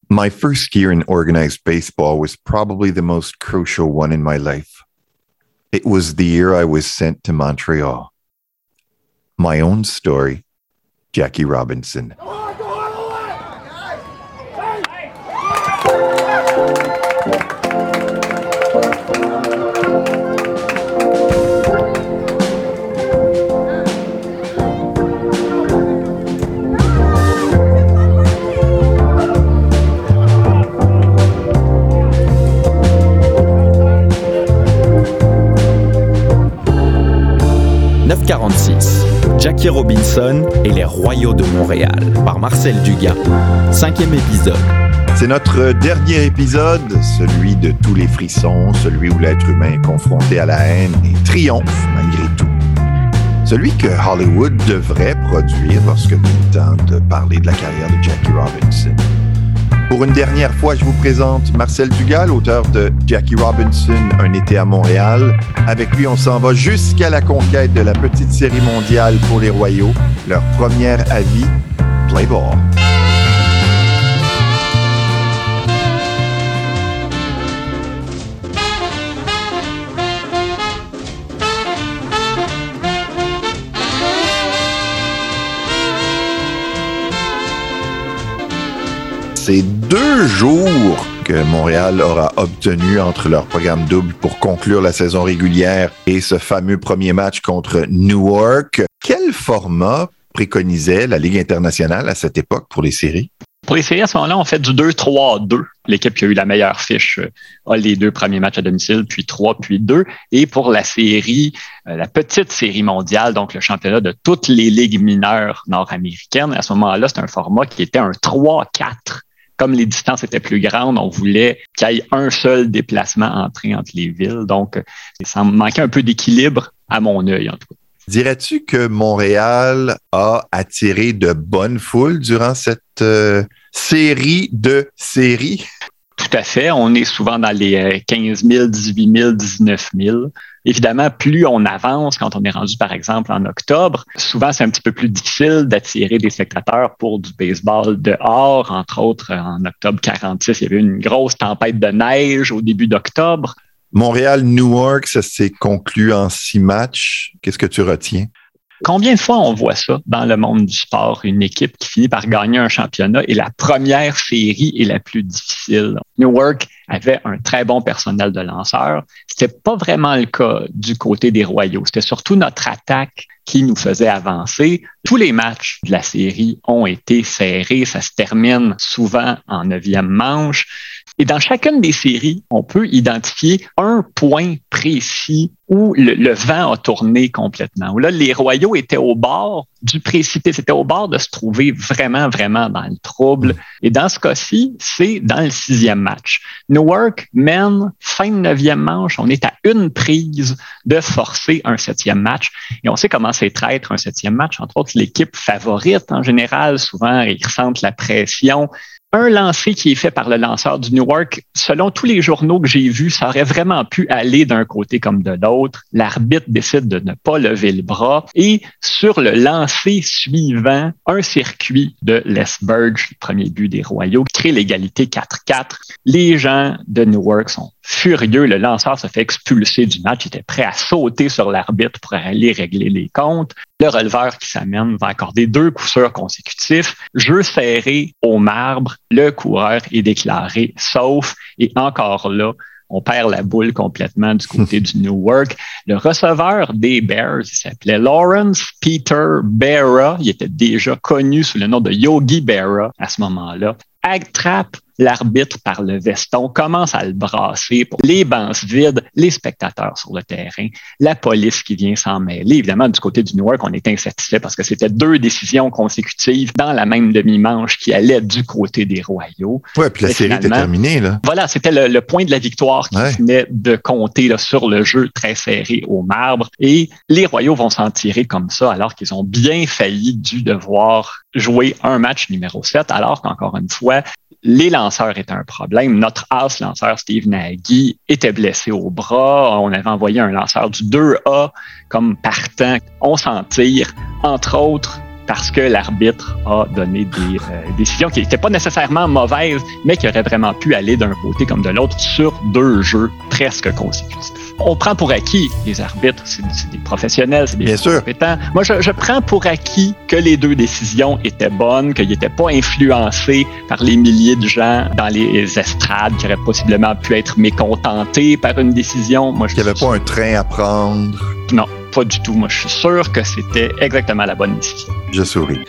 My first year in organized baseball was probably the most crucial one in my life. It was the year I was sent to Montreal. My own story, Jackie Robinson. 946, Jackie Robinson et les Royaux de Montréal, par Marcel Dugas. 5e épisode. C'est notre dernier épisode, celui de tous les frissons, celui où l'être humain est confronté à la haine et triomphe malgré tout. Celui que Hollywood devrait produire lorsque vient le temps de parler de la carrière de Jackie Robinson. Pour une dernière fois, je vous présente Marcel Dugas, l'auteur de Jackie Robinson, Un été à Montréal. Avec lui, on s'en va jusqu'à la conquête de la petite série mondiale pour les Royaux. Leur première avis, play ball. C'est 2 jours que Montréal aura obtenu entre leur programme double pour conclure la saison régulière et ce fameux premier match contre Newark. Quel format préconisait la Ligue internationale à cette époque pour les séries? Pour les séries, à ce moment-là, on fait du 2-3-2. L'équipe qui a eu la meilleure fiche a les 2 premiers matchs à domicile, puis 3, puis 2. Et pour la série, la petite série mondiale, donc le championnat de toutes les ligues mineures nord-américaines, à ce moment-là, c'est un format qui était un 3-4. Comme les distances étaient plus grandes, on voulait qu'il y ait un seul déplacement entré entre les villes. Donc, ça manquait un peu d'équilibre à mon œil, en tout cas. Dirais-tu que Montréal a attiré de bonnes foules durant cette série de séries? Tout à fait. On est souvent dans les 15 000, 18 000, 19 000. Évidemment, plus on avance, quand on est rendu, par exemple, en octobre, souvent, c'est un petit peu plus difficile d'attirer des spectateurs pour du baseball dehors. Entre autres, en octobre 46, il y avait une grosse tempête de neige au début d'octobre. Montréal-Newark, ça s'est conclu en 6 matchs. Qu'est-ce que tu retiens? Combien de fois on voit ça dans le monde du sport? Une équipe qui finit par gagner un championnat et la première série est la plus difficile. Newark avait un très bon personnel de lanceurs. C'était pas vraiment le cas du côté des Royaux. C'était surtout notre attaque qui nous faisait avancer. Tous les matchs de la série ont été serrés. Ça se termine souvent en 9e manche. Et dans chacune des séries, on peut identifier un point précis où le vent a tourné complètement. Où là, les Royaux étaient au bord du précipice, c'était au bord de se trouver vraiment, vraiment dans le trouble. Et dans ce cas-ci, c'est dans le 6e match. Newark mène fin de 9e manche. On est à une prise de forcer un 7e match. Et on sait comment c'est traître un 7e match. Entre autres, l'équipe favorite en général, souvent, ils ressentent la pression. Un lancer qui est fait par le lanceur du Newark, selon tous les journaux que j'ai vus, ça aurait vraiment pu aller d'un côté comme de l'autre. L'arbitre décide de ne pas lever le bras. Et sur le lancer suivant, un circuit de Les Burge, le premier but des Royaux, qui crée l'égalité 4-4. Les gens de Newark sont furieux. Le lanceur se fait expulser du match. Il était prêt à sauter sur l'arbitre pour aller régler les comptes. Le releveur qui s'amène va accorder 2 coups sûrs consécutifs. Jeu serré au marbre. Le coureur est déclaré sauf. Et encore là, on perd la boule complètement du côté du Newark. Le receveur des Bears, il s'appelait Lawrence Peter Berra. Il était déjà connu sous le nom de Yogi Berra à ce moment-là. Attrape l'arbitre par le veston, commence à le brasser. Les bancs vides, les spectateurs sur le terrain, la police qui vient s'en mêler. Évidemment, du côté du Newark, on était insatisfait parce que c'était 2 décisions consécutives dans la même demi-manche qui allaient du côté des Royaux. Ouais, puis la série était terminée, là. Voilà, c'était le point de la victoire qui venait de compter là, sur le jeu très serré au marbre. Et les Royaux vont s'en tirer comme ça alors qu'ils ont bien failli dû devoir jouer un match numéro 7, alors qu'encore une fois, les lanceurs étaient un problème. Notre as lanceur, Steve Nagy, était blessé au bras. On avait envoyé un lanceur du 2A comme partant. On s'en tire, entre autres, parce que l'arbitre a donné des décisions qui n'étaient pas nécessairement mauvaises, mais qui auraient vraiment pu aller d'un côté comme de l'autre sur 2 jeux presque consécutifs. On prend pour acquis les arbitres, c'est des professionnels, c'est des compétents. Moi, je prends pour acquis que les 2 décisions étaient bonnes, qu'ils n'étaient pas influencés par les milliers de gens dans les estrades qui auraient possiblement pu être mécontentés par une décision. Moi, il n'y avait pas un train à prendre. Non, pas du tout. Moi, je suis sûr que c'était exactement la bonne décision. Je souris.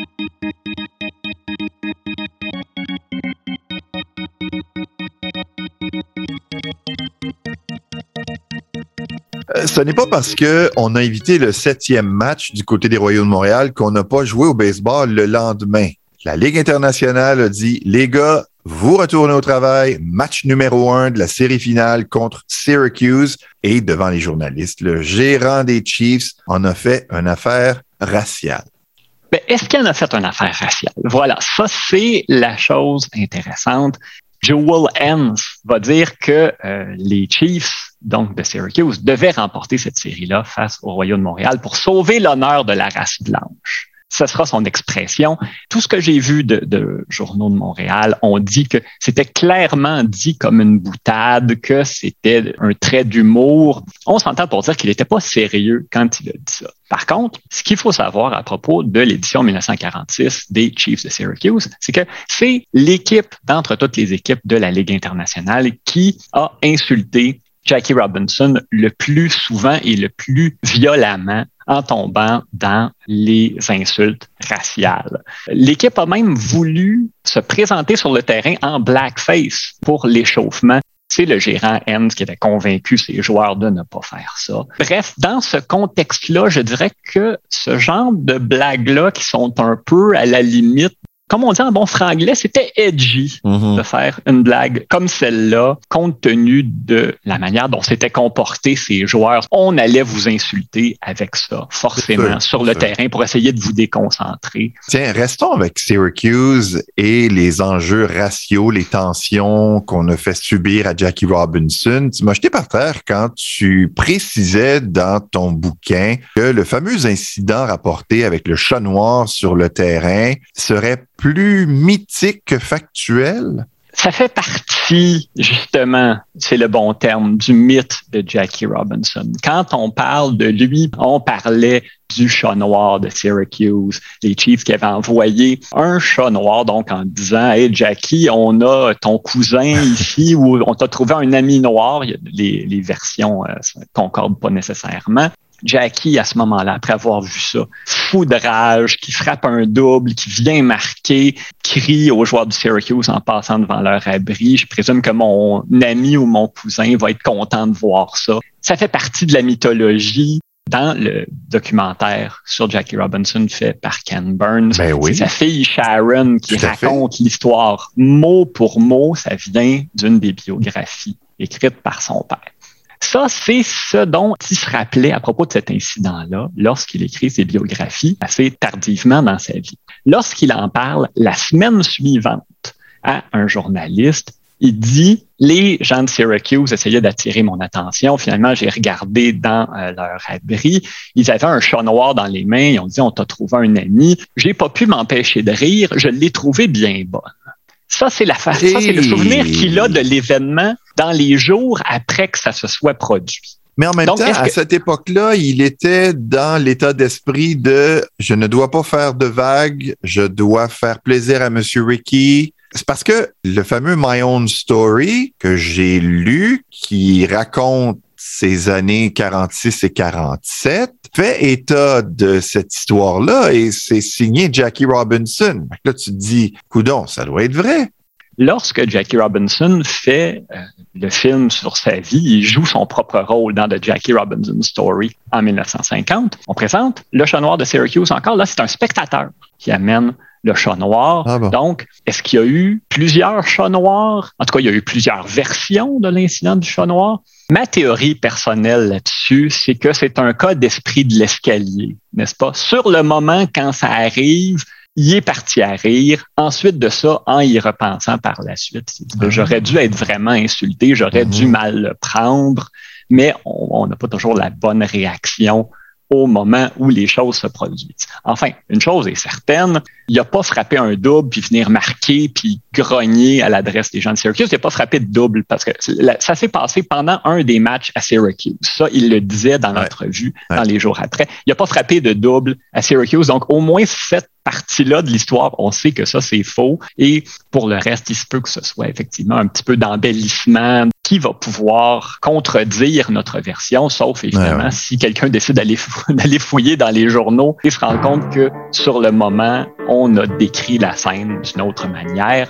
Ce n'est pas parce qu'on a évité le 7e match du côté des Royaux de Montréal qu'on n'a pas joué au baseball le lendemain. La Ligue internationale a dit, les gars, vous retournez au travail, match numéro 1 de la série finale contre Syracuse. Et devant les journalistes, le gérant des Chiefs en a fait une affaire raciale. Ben, est-ce qu'il en a fait une affaire raciale? Voilà, ça, c'est la chose intéressante. Joel Hens va dire que les Chiefs, donc de Syracuse, devaient remporter cette série-là face aux Royaux de Montréal pour sauver l'honneur de la race blanche. Ce sera son expression. Tout ce que j'ai vu de journaux de Montréal ont dit que c'était clairement dit comme une boutade, que c'était un trait d'humour. On s'entend pour dire qu'il n'était pas sérieux quand il a dit ça. Par contre, ce qu'il faut savoir à propos de l'édition 1946 des Chiefs de Syracuse, c'est que c'est l'équipe d'entre toutes les équipes de la Ligue internationale qui a insulté Jackie Robinson le plus souvent et le plus violemment en tombant dans les insultes raciales. L'équipe a même voulu se présenter sur le terrain en blackface pour l'échauffement. C'est le gérant Hens qui avait convaincu ses joueurs de ne pas faire ça. Bref, dans ce contexte-là, je dirais que ce genre de blagues-là qui sont un peu à la limite, comme on dit en bon franglais, c'était edgy de faire une blague comme celle-là, compte tenu de la manière dont s'étaient comportés ces joueurs. On allait vous insulter avec ça, forcément, sur le terrain pour essayer de vous déconcentrer. Tiens, restons avec Syracuse et les enjeux raciaux, les tensions qu'on a fait subir à Jackie Robinson. Tu m'as jeté par terre quand tu précisais dans ton bouquin que le fameux incident rapporté avec le chat noir sur le terrain serait plus mythique que factuel? Ça fait partie, justement, c'est le bon terme, du mythe de Jackie Robinson. Quand on parle de lui, on parlait du chat noir de Syracuse, les Chiefs qui avaient envoyé un chat noir, donc en disant « Hey Jackie, on a ton cousin ici ou on t'a trouvé un ami noir ». Les versions ne concordent pas nécessairement. Jackie, à ce moment-là, après avoir vu ça, fou de rage, qui frappe un double, qui vient marquer, crie aux joueurs du Syracuse en passant devant leur abri. Je présume que mon ami ou mon cousin va être content de voir ça. Ça fait partie de la mythologie. Dans le documentaire sur Jackie Robinson fait par Ken Burns, c'est sa fille Sharon qui raconte l'histoire mot pour mot. Ça vient d'une des biographies écrites par son père. Ça, c'est ce dont il se rappelait à propos de cet incident-là lorsqu'il écrit ses biographies assez tardivement dans sa vie. Lorsqu'il en parle la semaine suivante à un journaliste, il dit « Les gens de Syracuse essayaient d'attirer mon attention. Finalement, j'ai regardé dans leur abri. Ils avaient un chat noir dans les mains. Ils ont dit « On t'a trouvé un ami. » J'ai pas pu m'empêcher de rire. Je l'ai trouvé bien bonne. » Ça, c'est ça, c'est le souvenir qu'il a de l'événement dans les jours après que ça se soit produit. Mais en même temps, à cette époque-là, il était dans l'état d'esprit de « Je ne dois pas faire de vagues, je dois faire plaisir à Monsieur Rickey ». C'est parce que le fameux My Own Story que j'ai lu, qui raconte ces années 46 et 47, fait état de cette histoire-là et c'est signé Jackie Robinson. Là, tu te dis, coudonc, ça doit être vrai. Lorsque Jackie Robinson fait le film sur sa vie, il joue son propre rôle dans The Jackie Robinson Story en 1950. On présente le chat noir de Syracuse encore. Là, c'est un spectateur qui amène le chat noir. Ah bon. Donc, est-ce qu'il y a eu plusieurs chats noirs? En tout cas, il y a eu plusieurs versions de l'incident du chat noir. Ma théorie personnelle là-dessus, c'est que c'est un cas d'esprit de l'escalier, n'est-ce pas? Sur le moment, quand ça arrive, il est parti à rire. Ensuite de ça, en y repensant par la suite, j'aurais dû être vraiment insulté, j'aurais dû mal le prendre, mais on n'a pas toujours la bonne réaction au moment où les choses se produisent. Enfin, une chose est certaine, il n'a pas frappé un double puis venir marquer puis grogner à l'adresse des gens de Syracuse. Il n'a pas frappé de double parce que ça s'est passé pendant un des matchs à Syracuse. Ça, il le disait dans l'entrevue dans les jours après. Il n'a pas frappé de double à Syracuse. Donc, au moins cette partie-là de l'histoire, on sait que ça, c'est faux. Et pour le reste, il se peut que ce soit effectivement un petit peu d'embellissement qui va pouvoir contredire notre version, sauf évidemment si quelqu'un décide d'aller fouiller dans les journaux et se rend compte que sur le moment, on a décrit la scène d'une autre manière.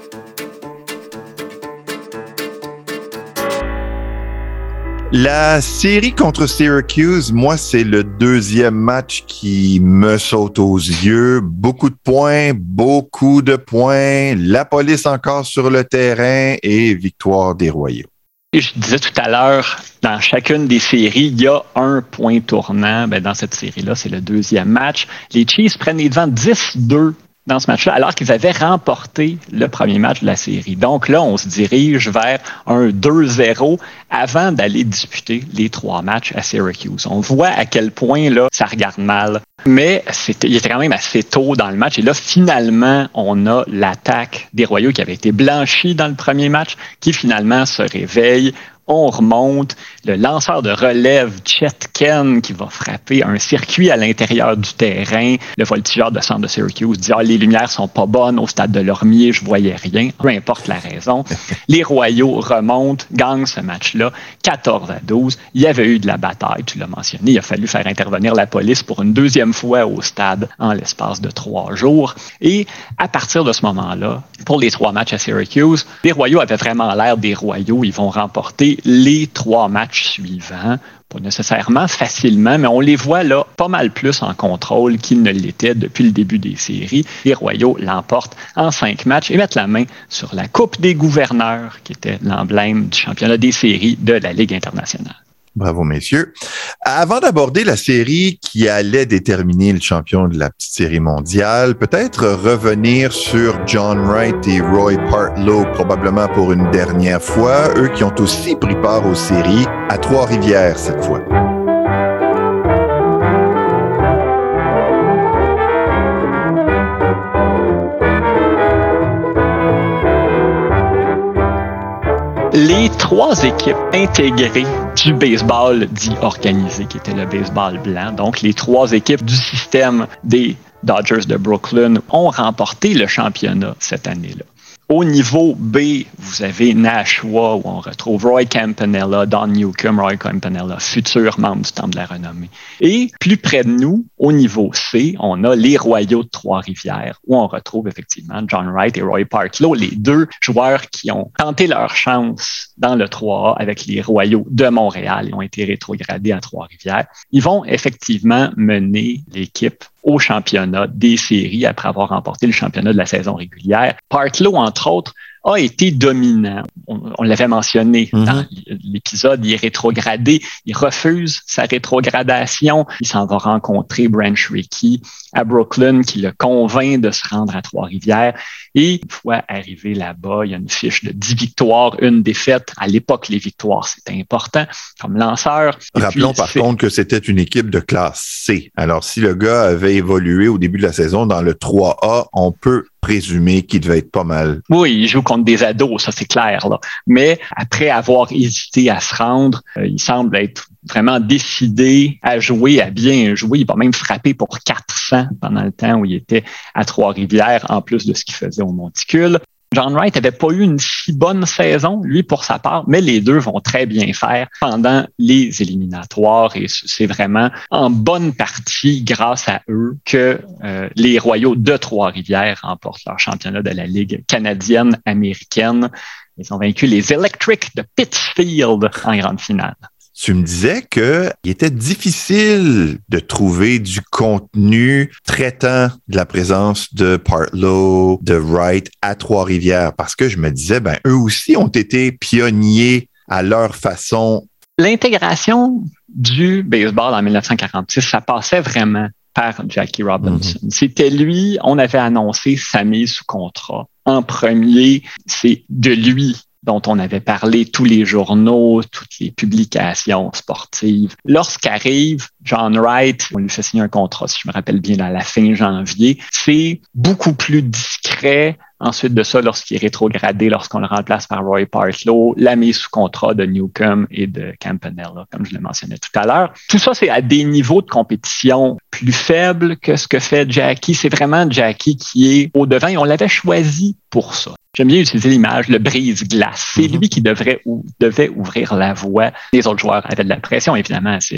La série contre Syracuse, moi, c'est le deuxième match qui me saute aux yeux. Beaucoup de points, la police encore sur le terrain et victoire des Royaux. Et je disais tout à l'heure, dans chacune des séries, il y a un point tournant. Ben, dans cette série-là, c'est le deuxième match. Les Chiefs prennent les devants 10-2 dans ce match-là, alors qu'ils avaient remporté le premier match de la série. Donc là, on se dirige vers un 2-0 avant d'aller disputer les 3 matchs à Syracuse. On voit à quel point là ça regarde mal. Mais il était quand même assez tôt dans le match. Et là, finalement, on a l'attaque des Royaux qui avait été blanchie dans le premier match, qui finalement se réveille. On remonte, le lanceur de relève, Chet Ken, qui va frapper un circuit à l'intérieur du terrain. Le voltigeur de centre de Syracuse dit « les lumières sont pas bonnes au stade de Lormier, je voyais rien. » Peu importe la raison. Les Royaux remontent, gagnent ce match-là, 14-12. Il y avait eu de la bataille, tu l'as mentionné. Il a fallu faire intervenir la police pour une deuxième fois au stade en l'espace de 3 jours. Et à partir de ce moment-là, pour les 3 matchs à Syracuse, les Royaux avaient vraiment l'air des Royaux. Ils vont remporter les 3 matchs suivants, pas nécessairement facilement, mais on les voit là pas mal plus en contrôle qu'ils ne l'étaient depuis le début des séries. Les Royaux l'emportent en 5 matchs et mettent la main sur la Coupe des gouverneurs, qui était l'emblème du championnat des séries de la Ligue internationale. Bravo, messieurs. Avant d'aborder la série qui allait déterminer le champion de la petite série mondiale, peut-être revenir sur John Wright et Roy Partlow, probablement pour une dernière fois, eux qui ont aussi pris part aux séries à Trois-Rivières cette fois. Les 3 équipes intégrées du baseball dit organisé, qui était le baseball blanc, donc les 3 équipes du système des Dodgers de Brooklyn, ont remporté le championnat cette année-là. Au niveau B, vous avez Nashua, où on retrouve Roy Campanella, Don Newcomb, Roy Campanella, futur membre du Temple de la Renommée. Et plus près de nous, au niveau C, on a les Royaux de Trois-Rivières, où on retrouve effectivement John Wright et Roy Partlow, les 2 joueurs qui ont tenté leur chance dans le 3A avec les Royaux de Montréal et ont été rétrogradés à Trois-Rivières. Ils vont effectivement mener l'équipe au championnat des séries après avoir remporté le championnat de la saison régulière. Partlow, entre autres, a été dominant. On l'avait mentionné dans l'épisode, il est rétrogradé, il refuse sa rétrogradation, il s'en va rencontrer Branch Rickey à Brooklyn qui le convainc de se rendre à Trois-Rivières et une fois arrivé là-bas, il y a une fiche de 10 victoires, 1 défaite. À l'époque, les victoires, c'était important comme lanceur. Rappelons par contre que c'était une équipe de classe C. Alors, si le gars avait évolué au début de la saison dans le 3A, on peut présumer qu'il devait être pas mal. Oui, il joue contre des ados, ça c'est clair, là. Mais après avoir hésité à se rendre, il semble être vraiment décidé à jouer, à bien jouer. Il va même frapper pour 400 pendant le temps où il était à Trois-Rivières, en plus de ce qu'il faisait au Monticule. John Wright n'avait pas eu une si bonne saison, lui, pour sa part, mais les 2 vont très bien faire pendant les éliminatoires et c'est vraiment en bonne partie grâce à eux que les Royaux de Trois-Rivières remportent leur championnat de la Ligue canadienne-américaine. Ils ont vaincu les Electric de Pittsfield en grande finale. Tu me disais qu'il était difficile de trouver du contenu traitant de la présence de Partlow, de Wright à Trois-Rivières parce que je me disais, eux aussi ont été pionniers à leur façon. L'intégration du baseball en 1946, ça passait vraiment par Jackie Robinson. C'était lui, on avait annoncé sa mise sous contrat. En premier, c'est de lui dont on avait parlé tous les journaux, toutes les publications sportives. Lorsqu'arrive John Wright, on lui fait signer un contrat, si je me rappelle bien, à la fin janvier. C'est beaucoup plus discret. Ensuite de ça, lorsqu'il est rétrogradé, lorsqu'on le remplace par Roy Partlow, la mise sous contrat de Newcombe et de Campanella, comme je le mentionnais tout à l'heure. Tout ça, c'est à des niveaux de compétition plus faibles que ce que fait Jackie. C'est vraiment Jackie qui est au devant et on l'avait choisi pour ça. J'aime bien utiliser l'image, le brise-glace. C'est lui qui devait ouvrir la voie. Les autres joueurs avaient de la pression, évidemment. C'est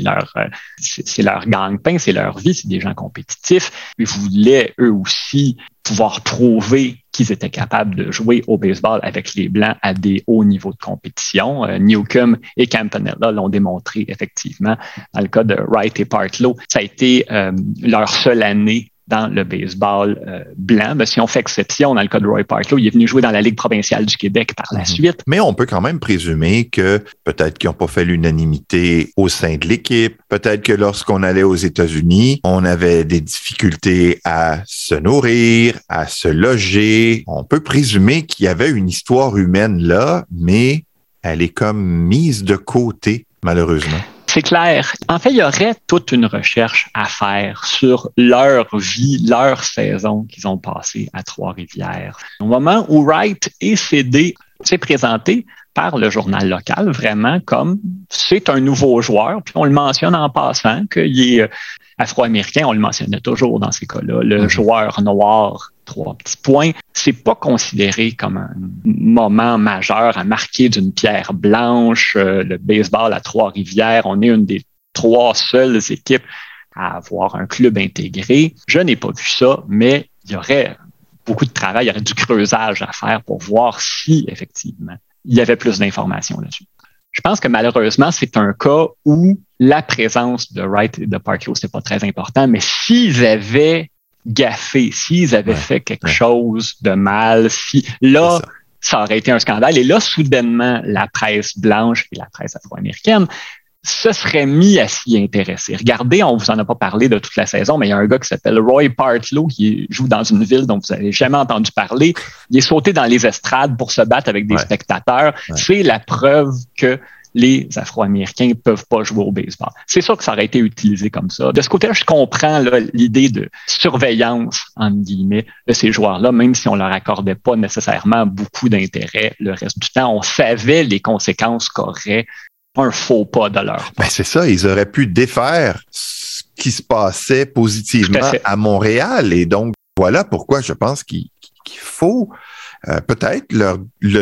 leur gagne-pain, c'est leur vie, c'est des gens compétitifs. Ils voulaient, eux aussi, pouvoir prouver qu'ils étaient capables de jouer au baseball avec les Blancs à des hauts niveaux de compétition. Newcombe et Campanella l'ont démontré, effectivement. Dans le cas de Wright et Partlow, ça a été leur seule année dans le baseball blanc. Mais si on fait exception, dans le cas de Roy Partlow, il est venu jouer dans la Ligue provinciale du Québec par la suite. Mais on peut quand même présumer que peut-être qu'ils n'ont pas fait l'unanimité au sein de l'équipe. Peut-être que lorsqu'on allait aux États-Unis, on avait des difficultés à se nourrir, à se loger. On peut présumer qu'il y avait une histoire humaine là, mais elle est comme mise de côté, malheureusement. C'est clair. En fait, il y aurait toute une recherche à faire sur leur vie, leur saison qu'ils ont passée à Trois-Rivières. Au moment où Wright est cédé, c'est présenté par le journal local vraiment comme c'est un nouveau joueur. Puis on le mentionne en passant qu'il est afro-américain, on le mentionnait toujours dans ces cas-là, le joueur noir. 3 petits points. C'est pas considéré comme un moment majeur à marquer d'une pierre blanche. Le baseball à Trois-Rivières, on est une des 3 seules équipes à avoir un club intégré. Je n'ai pas vu ça, mais il y aurait beaucoup de travail, il y aurait du creusage à faire pour voir si, effectivement, il y avait plus d'informations là-dessus. Je pense que malheureusement, c'est un cas où la présence de Wright et de Partlow, c'est pas très important, mais s'ils avaient gaffé, s'ils avaient fait quelque chose de mal, ça aurait été un scandale. Et là, soudainement, la presse blanche et la presse afro-américaine se seraient mis à s'y intéresser. Regardez, on vous en a pas parlé de toute la saison, mais il y a un gars qui s'appelle Roy Partlow qui joue dans une ville dont vous n'avez jamais entendu parler. Il est sauté dans les estrades pour se battre avec des spectateurs. C'est la preuve que les Afro-Américains ne peuvent pas jouer au baseball. C'est sûr que ça aurait été utilisé comme ça. De ce côté-là, je comprends l'idée de surveillance, entre guillemets, de ces joueurs-là, même si on leur accordait pas nécessairement beaucoup d'intérêt le reste du temps. On savait les conséquences qu'aurait un faux pas de leur part. Ben c'est ça, ils auraient pu défaire ce qui se passait positivement à Montréal. Et donc, voilà pourquoi je pense qu'il faut peut-être leur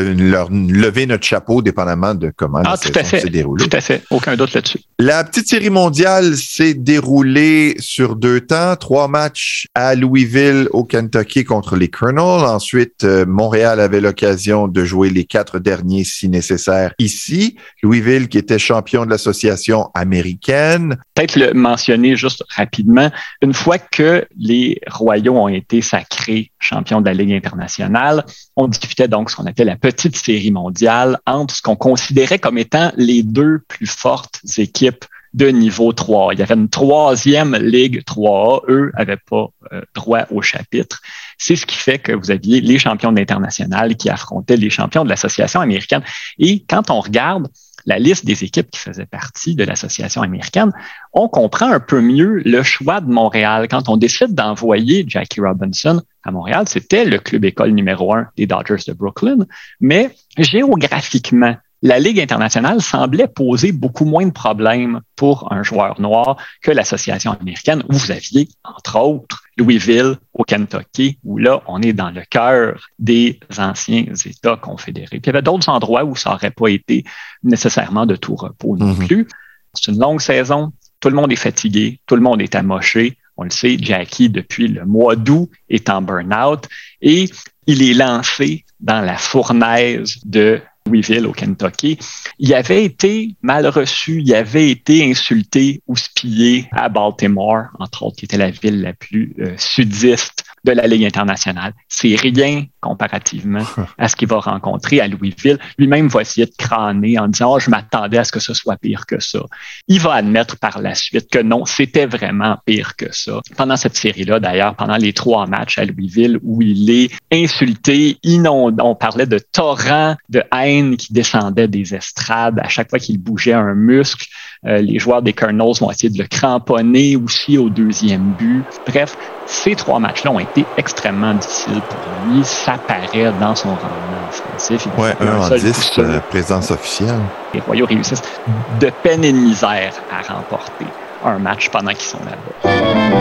lever notre chapeau dépendamment de comment la saison s'est déroulée. Tout à fait, aucun doute là-dessus. La petite série mondiale s'est déroulée sur 2 temps, 3 matchs à Louisville au Kentucky contre les Colonels. Ensuite, Montréal avait l'occasion de jouer les 4 derniers si nécessaire ici. Louisville qui était champion de l'association américaine. Peut-être le mentionner juste rapidement. Une fois que les Royaux ont été sacrés champions de la Ligue internationale, on disputait donc ce qu'on appelait la petite série mondiale entre ce qu'on considérait comme étant les 2 plus fortes équipes de niveau 3. Il y avait une 3e Ligue 3A. Eux n'avaient pas droit au chapitre. C'est ce qui fait que vous aviez les champions de l'international qui affrontaient les champions de l'association américaine. Et quand on regarde la liste des équipes qui faisaient partie de l'association américaine, on comprend un peu mieux le choix de Montréal. Quand on décide d'envoyer Jackie Robinson à Montréal, c'était le club école numéro 1 des Dodgers de Brooklyn, mais géographiquement, la Ligue internationale semblait poser beaucoup moins de problèmes pour un joueur noir que l'association américaine, où vous aviez, entre autres, Louisville au Kentucky, où là, on est dans le cœur des anciens États confédérés. Puis il y avait d'autres endroits où ça n'aurait pas été nécessairement de tout repos non plus. C'est une longue saison, tout le monde est fatigué, tout le monde est amoché. On le sait, Jackie, depuis le mois d'août, est en burn-out et il est lancé dans la fournaise de Louisville au Kentucky. Il avait été mal reçu, il avait été insulté ou spié à Baltimore, entre autres, qui était la ville la plus sudiste de la Ligue internationale. C'est rien comparativement à ce qu'il va rencontrer à Louisville. Lui-même va essayer de crâner en disant « je m'attendais à ce que ce soit pire que ça ». Il va admettre par la suite que non, c'était vraiment pire que ça. Pendant cette série-là, d'ailleurs, pendant les 3 matchs à Louisville où il est insulté, inondé, on parlait de torrents de haine qui descendaient des estrades à chaque fois qu'il bougeait un muscle. Les joueurs des Colonels vont essayer de le cramponner aussi au 2e but. Bref, ces 3 matchs-là ont été extrêmement difficiles pour lui. Ça paraît dans son rendement offensif. Oui, 1-10, présence officielle. Les Royaux réussissent de peine et de misère à remporter un match pendant qu'ils sont là-bas.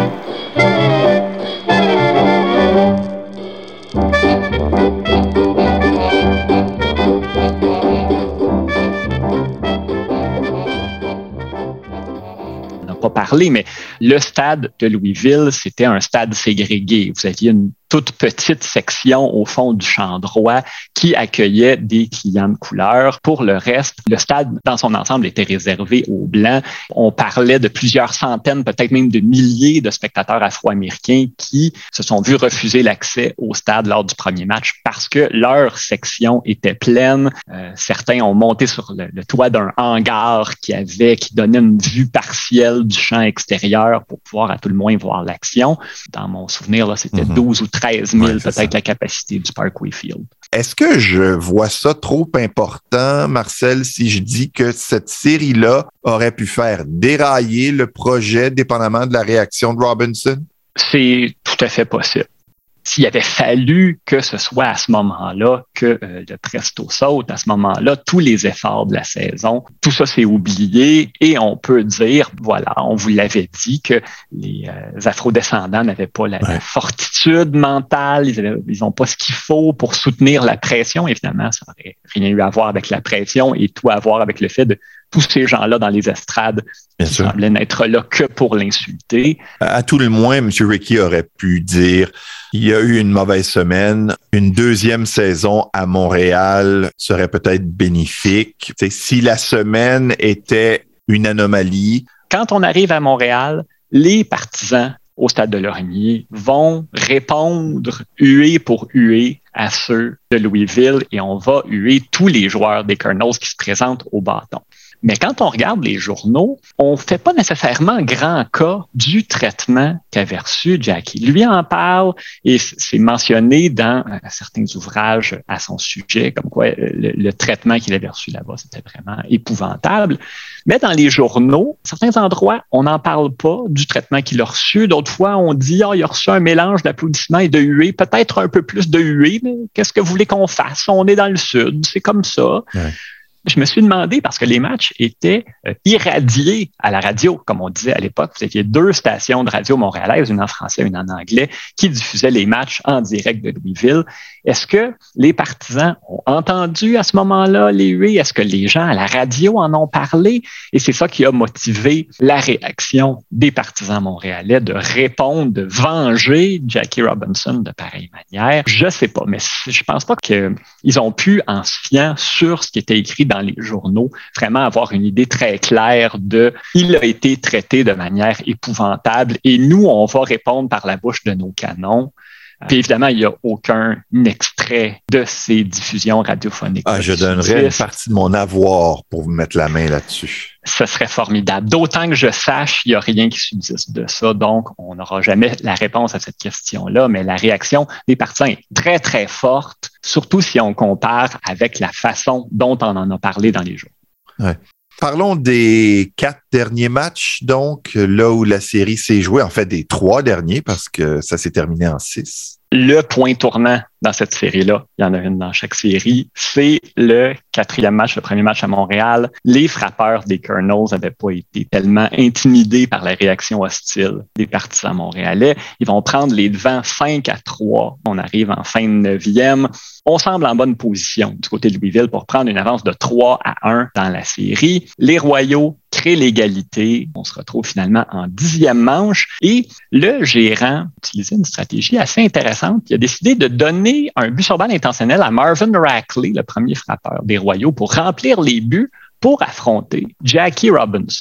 Pas parlé, mais le stade de Louisville, c'était un stade ségrégué. Vous aviez une toute petite section au fond du champ droit qui accueillait des clients de couleur. Pour le reste, le stade dans son ensemble était réservé aux Blancs. On parlait de plusieurs centaines, peut-être même de milliers de spectateurs afro-américains qui se sont vus refuser l'accès au stade lors du premier match parce que leur section était pleine. Certains ont monté sur le toit d'un hangar qui donnait une vue partielle du champ extérieur pour pouvoir à tout le moins voir l'action. Dans mon souvenir, là, c'était 12 ou 13 000 peut-être la capacité du Parkway Field. Est-ce que je vois ça trop important, Marcel, si je dis que cette série-là aurait pu faire dérailler le projet dépendamment de la réaction de Robinson? C'est tout à fait possible. S'il avait fallu que ce soit à ce moment-là que le Presto saute, à ce moment-là, tous les efforts de la saison, tout ça s'est oublié et on peut dire, voilà, on vous l'avait dit que les Afro-descendants n'avaient pas la fortitude mentale, ils n'ont pas ce qu'il faut pour soutenir la pression. Évidemment, ça n'aurait rien eu à voir avec la pression et tout à voir avec le fait de tous ces gens-là dans les estrades qui semblaient n'être là que pour l'insulter. À tout le moins, M. Rickey aurait pu dire il y a eu une mauvaise semaine, une 2e saison à Montréal serait peut-être bénéfique. T'sais, si la semaine était une anomalie. Quand on arrive à Montréal, les partisans au Stade de Lorimier vont répondre huée pour huée à ceux de Louisville et on va huer tous les joueurs des Colonels qui se présentent au bâton. Mais quand on regarde les journaux, on ne fait pas nécessairement grand cas du traitement qu'avait reçu Jackie. Lui en parle et c'est mentionné dans certains ouvrages à son sujet, comme quoi le traitement qu'il avait reçu là-bas, c'était vraiment épouvantable. Mais dans les journaux, certains endroits, on n'en parle pas du traitement qu'il a reçu. D'autres fois, on dit il a reçu un mélange d'applaudissements et de huées, peut-être un peu plus de huées, mais qu'est-ce que vous voulez qu'on fasse? On est dans le Sud, c'est comme ça. Ouais. Je me suis demandé, parce que les matchs étaient irradiés à la radio, comme on disait à l'époque. Vous aviez 2 stations de radio montréalaises, une en français, une en anglais, qui diffusaient les matchs en direct de Louisville. Est-ce que les partisans ont entendu à ce moment-là les huées? Est-ce que les gens à la radio en ont parlé? Et c'est ça qui a motivé la réaction des partisans montréalais de répondre, de venger Jackie Robinson de pareille manière. Je sais pas, mais je pense pas qu'ils ont pu, en se fiant sur ce qui était écrit dans les journaux, vraiment avoir une idée très claire de « il a été traité de manière épouvantable et nous, on va répondre par la bouche de nos canons ». Puis évidemment, il n'y a aucun extrait de ces diffusions radiophoniques. Je donnerais une partie de mon avoir pour vous mettre la main là-dessus. Ce serait formidable. D'autant que je sache, il n'y a rien qui subsiste de ça. Donc, on n'aura jamais la réponse à cette question-là. Mais la réaction des partisans est très, très forte, surtout si on compare avec la façon dont on en a parlé dans les jours. Ouais. Parlons des 4 derniers matchs, donc, là où la série s'est jouée, en fait des 3 derniers, parce que ça s'est terminé en 6. Le point tournant dans cette série-là, il y en a une dans chaque série, c'est le 4e match, le premier match à Montréal. Les frappeurs des Colonels n'avaient pas été tellement intimidés par la réaction hostile des partisans montréalais. Ils vont prendre les devants 5-3. On arrive en fin de 9e. On semble en bonne position du côté de Louisville pour prendre une avance de 3-1 dans la série. Les Royaux créent l'égalité. On se retrouve finalement en 10e manche et le gérant utilisait une stratégie assez intéressante. Il a décidé de donner un but sur balle intentionnel à Marvin Rackley, le premier frappeur des Royaux, pour remplir les buts pour affronter Jackie Robinson.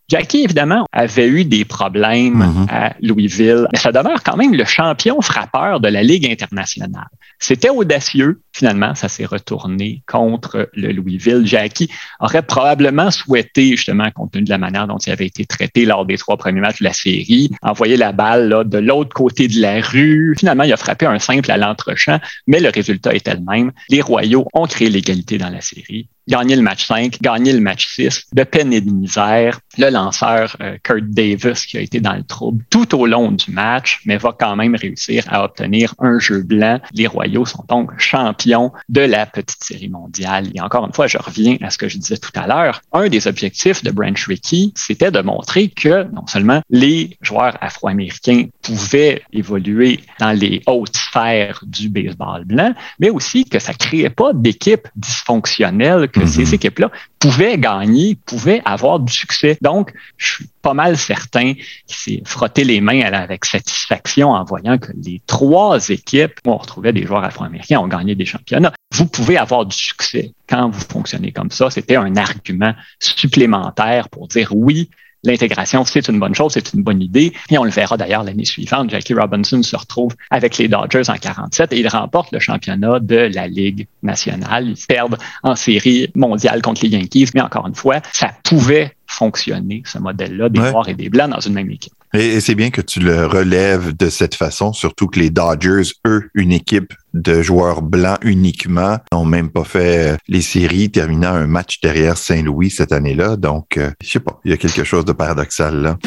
Jackie, évidemment, avait eu des problèmes à Louisville, mais ça demeure quand même le champion frappeur de la Ligue internationale. C'était audacieux. Finalement, ça s'est retourné contre le Louisville. Jackie aurait probablement souhaité, justement, compte tenu de la manière dont il avait été traité lors des 3 premiers matchs de la série, envoyer la balle là, de l'autre côté de la rue. Finalement, il a frappé un simple à l'entre-champ, mais le résultat était le même. Les Royaux ont créé l'égalité dans la série. Gagné le match 5, gagné le match 6, de peine et de misère. Le lanceur Kurt Davis, qui a été dans le trouble tout au long du match, mais va quand même réussir à obtenir un jeu blanc. Les Royaux sont donc champions de la petite série mondiale. Et encore une fois, je reviens à ce que je disais tout à l'heure. Un des objectifs de Branch Rickey, c'était de montrer que non seulement les joueurs afro-américains pouvaient évoluer dans les hautes sphères du baseball blanc, mais aussi que ça créait pas d'équipe dysfonctionnelle, que ces équipes-là pouvaient gagner, pouvaient avoir du succès. Donc, je suis pas mal certain qu'il s'est frotté les mains avec satisfaction en voyant que les 3 équipes où on retrouvait des joueurs afro-américains ont gagné des championnats. Vous pouvez avoir du succès quand vous fonctionnez comme ça. C'était un argument supplémentaire pour dire oui, l'intégration, c'est une bonne chose, c'est une bonne idée. Et on le verra d'ailleurs l'année suivante. Jackie Robinson se retrouve avec les Dodgers en 47 et il remporte le championnat de la Ligue nationale. Ils perdent en série mondiale contre les Yankees, mais encore une fois, ça pouvait fonctionner, ce modèle-là, des Noirs et des Blancs dans une même équipe. Et c'est bien que tu le relèves de cette façon, surtout que les Dodgers, eux, une équipe de joueurs blancs uniquement, n'ont même pas fait les séries, terminant un match derrière Saint-Louis cette année-là. Donc, je sais pas, il y a quelque chose de paradoxal là.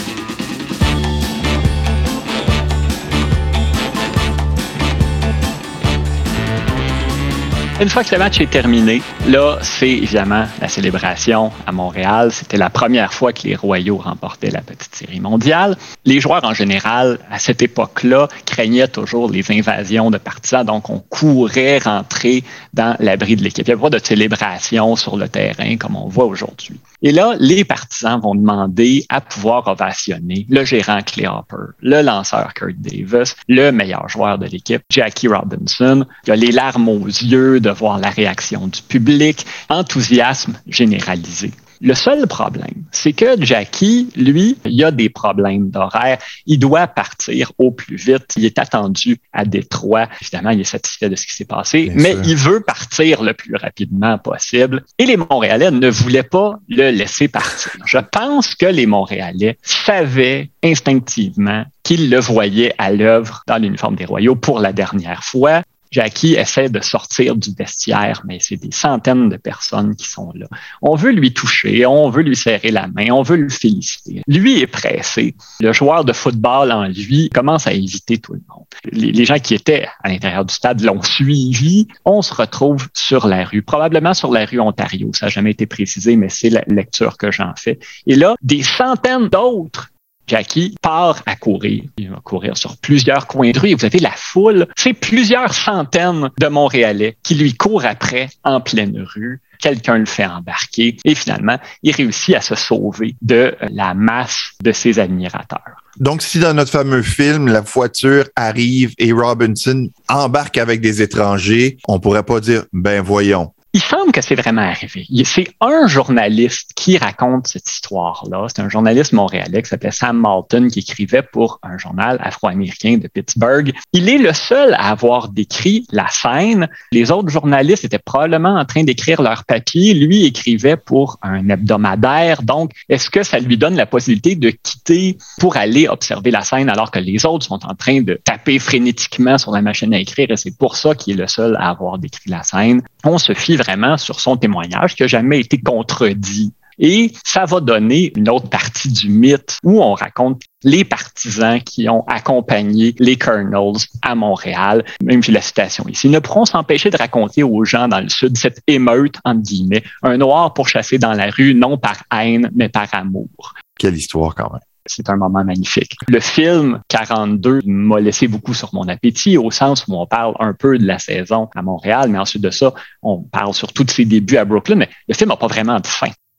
Une fois que le match est terminé, là, c'est évidemment la célébration à Montréal. C'était la première fois que les Royaux remportaient la petite série mondiale. Les joueurs, en général, à cette époque-là, craignaient toujours les invasions de partisans. Donc, on courait rentrer dans l'abri de l'équipe. Il n'y avait pas de célébration sur le terrain comme on voit aujourd'hui. Et là, les partisans vont demander à pouvoir ovationner le gérant Clay Hopper, le lanceur Kurt Davis, le meilleur joueur de l'équipe, Jackie Robinson. Il y a les larmes aux yeux de voir la réaction du public, enthousiasme généralisé. Le seul problème, c'est que Jackie, lui, il a des problèmes d'horaire. Il doit partir au plus vite. Il est attendu à Détroit. Évidemment, il est satisfait de ce qui s'est passé, mais il veut partir le plus rapidement possible. Et les Montréalais ne voulaient pas le laisser partir. Je pense que les Montréalais savaient instinctivement qu'ils le voyaient à l'œuvre dans l'uniforme des Royaux pour la dernière fois. Jackie essaie de sortir du vestiaire, mais c'est des centaines de personnes qui sont là. On veut lui toucher, on veut lui serrer la main, on veut le féliciter. Lui est pressé. Le joueur de football en lui commence à éviter tout le monde. Les gens qui étaient à l'intérieur du stade l'ont suivi. On se retrouve sur la rue, probablement sur la rue Ontario. Ça n'a jamais été précisé, mais c'est la lecture que j'en fais. Et là, des centaines d'autres. Jackie part à courir. Il va courir sur plusieurs coins de rue et vous avez la foule. C'est plusieurs centaines de Montréalais qui lui courent après en pleine rue. Quelqu'un le fait embarquer et finalement, il réussit à se sauver de la masse de ses admirateurs. Donc, si dans notre fameux film, la voiture arrive et Robinson embarque avec des étrangers, on pourrait pas dire « ben voyons ». Il semble que c'est vraiment arrivé. C'est un journaliste qui raconte cette histoire-là. C'est un journaliste montréalais qui s'appelait Sam Malton qui écrivait pour un journal afro-américain de Pittsburgh. Il est le seul à avoir décrit la scène. Les autres journalistes étaient probablement en train d'écrire leur papier. Lui écrivait pour un hebdomadaire. Donc, est-ce que ça lui donne la possibilité de quitter pour aller observer la scène alors que les autres sont en train de taper frénétiquement sur la machine à écrire et c'est pour ça qu'il est le seul à avoir décrit la scène? On se fie vraiment sur son témoignage qui n'a jamais été contredit. Et ça va donner une autre partie du mythe où on raconte les partisans qui ont accompagné les Colonels à Montréal. Même j'ai la citation ici. Ils ne pourront s'empêcher de raconter aux gens dans le Sud cette émeute, entre guillemets, un noir pourchassé dans la rue, non par haine, mais par amour. Quelle histoire quand même. C'est un moment magnifique. Le film 42 m'a laissé beaucoup sur mon appétit au sens où on parle un peu de la saison à Montréal, mais ensuite de ça, on parle surtout de ses débuts à Brooklyn, mais le film n'a pas vraiment de fin.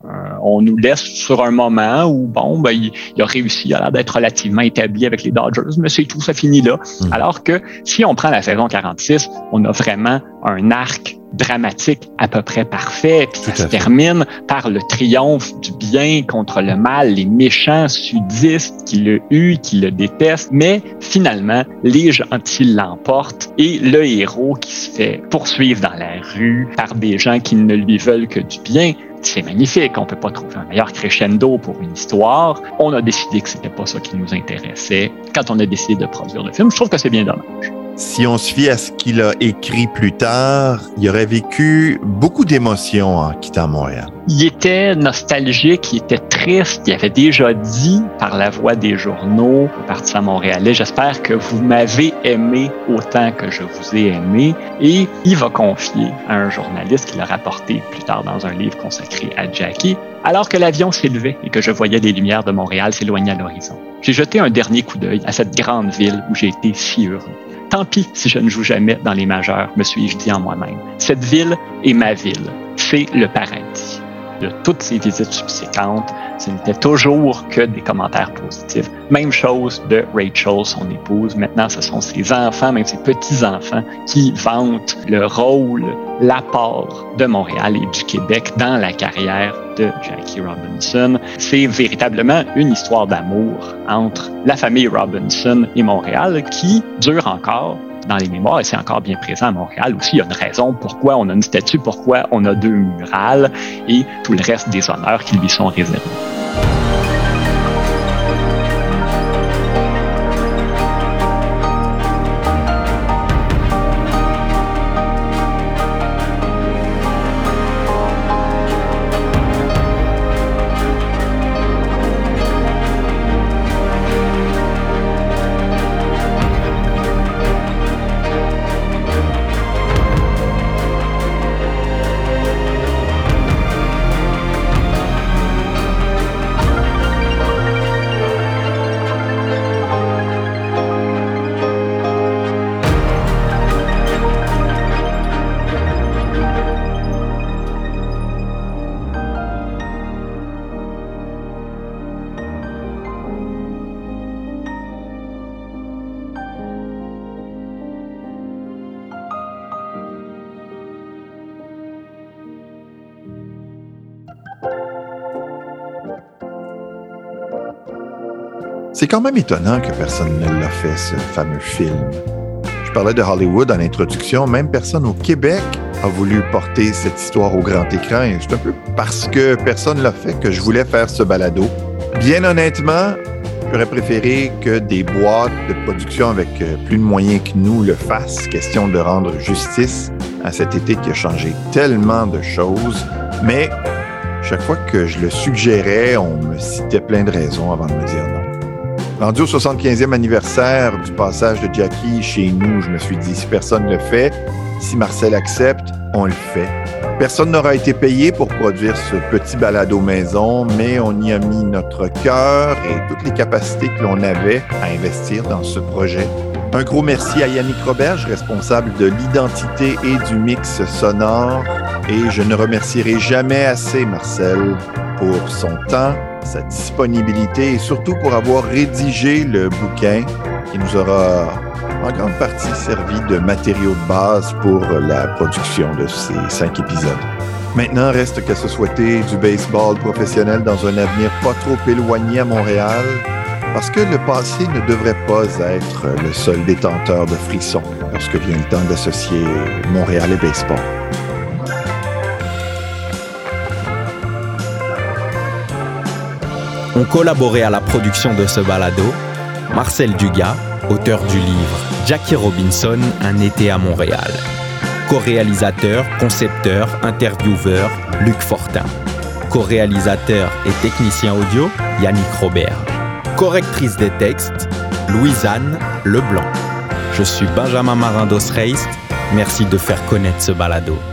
On nous laisse sur un moment où, il a réussi, il a l'air d'être relativement établi avec les Dodgers, mais c'est tout, ça finit là. Alors que si on prend la saison 46, on a vraiment un arc dramatique à peu près parfait, puis ça se termine par le triomphe du bien contre le mal, les méchants sudistes qui le huent, qui le détestent, mais finalement, les gentils l'emportent et le héros qui se fait poursuivre dans la rue par des gens qui ne lui veulent que du bien. C'est magnifique, on peut pas trouver un meilleur crescendo pour une histoire. On a décidé que c'était pas ça qui nous intéressait quand on a décidé de produire le film. Je trouve que c'est bien dommage. Si on se fie à ce qu'il a écrit plus tard, il aurait vécu beaucoup d'émotions en quittant Montréal. Il était nostalgique, il était triste, il avait déjà dit par la voix des journaux, partisan montréalais, j'espère que vous m'avez aimé autant que je vous ai aimé. Et il va confier à un journaliste qui l'a rapporté plus tard dans un livre consacré à Jackie, alors que l'avion s'élevait et que je voyais les lumières de Montréal s'éloigner à l'horizon. J'ai jeté un dernier coup d'œil à cette grande ville où j'ai été si heureux. Tant pis si je ne joue jamais dans les majeurs, me suis-je dit en moi-même. Cette ville est ma ville. C'est le paradis. De toutes ces visites subséquentes, ce n'était toujours que des commentaires positifs. Même chose de Rachel, son épouse. Maintenant, ce sont ses enfants, même ses petits-enfants, qui vantent le rôle, l'apport de Montréal et du Québec dans la carrière de Jackie Robinson. C'est véritablement une histoire d'amour entre la famille Robinson et Montréal qui dure encore dans les mémoires, et c'est encore bien présent à Montréal aussi. Il y a une raison pourquoi on a une statue, pourquoi on a 2 murales et tout le reste des honneurs qui lui sont réservés. C'est quand même étonnant que personne ne l'a fait, ce fameux film. Je parlais de Hollywood en introduction, même personne au Québec a voulu porter cette histoire au grand écran, et c'est un peu parce que personne ne l'a fait que je voulais faire ce balado. Bien honnêtement, j'aurais préféré que des boîtes de production avec plus de moyens que nous le fassent, question de rendre justice à cet été qui a changé tellement de choses, mais chaque fois que je le suggérais, on me citait plein de raisons avant de me dire non. Rendu au 75e anniversaire du passage de Jackie chez nous, je me suis dit, si personne ne le fait, si Marcel accepte, on le fait. Personne n'aura été payé pour produire ce petit balado maison, mais on y a mis notre cœur et toutes les capacités que l'on avait à investir dans ce projet. Un gros merci à Yannick Roberge, responsable de l'identité et du mix sonore. Et je ne remercierai jamais assez Marcel pour son temps, sa disponibilité et surtout pour avoir rédigé le bouquin qui nous aura en grande partie servi de matériau de base pour la production de ces 5 épisodes. Maintenant, reste qu'à se souhaiter du baseball professionnel dans un avenir pas trop éloigné à Montréal, parce que le passé ne devrait pas être le seul détenteur de frissons lorsque vient le temps d'associer Montréal et baseball. Ont collaboré à la production de ce balado Marcel Dugas, auteur du livre Jackie Robinson, un été à Montréal. Co-réalisateur, concepteur, intervieweur, Luc Fortin. Co-réalisateur et technicien audio, Yannick Robert. Correctrice des textes, Louise-Anne Leblanc. Je suis Benjamin Marin d'Osreist. Merci de faire connaître ce balado.